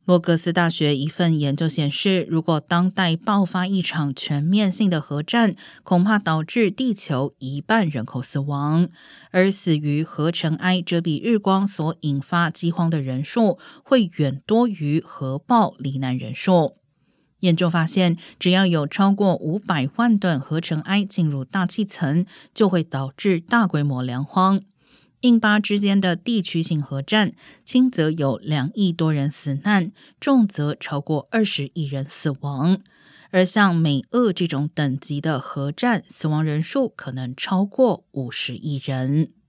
洛格斯大学一份研究显示，如果当代爆发一场全面性的核战，恐怕导致地球一半人口死亡，而死于核尘埃遮蔽日光所引发饥荒的人数会远多于核爆罹难人数。研究发现，只要有超过500万吨核尘埃进入大气层，就会导致大规模粮荒。印巴之间的地区性核战，轻则有2亿多人死难，重则超过20亿人死亡。而像美俄这种等级的核战，死亡人数可能超过50亿人。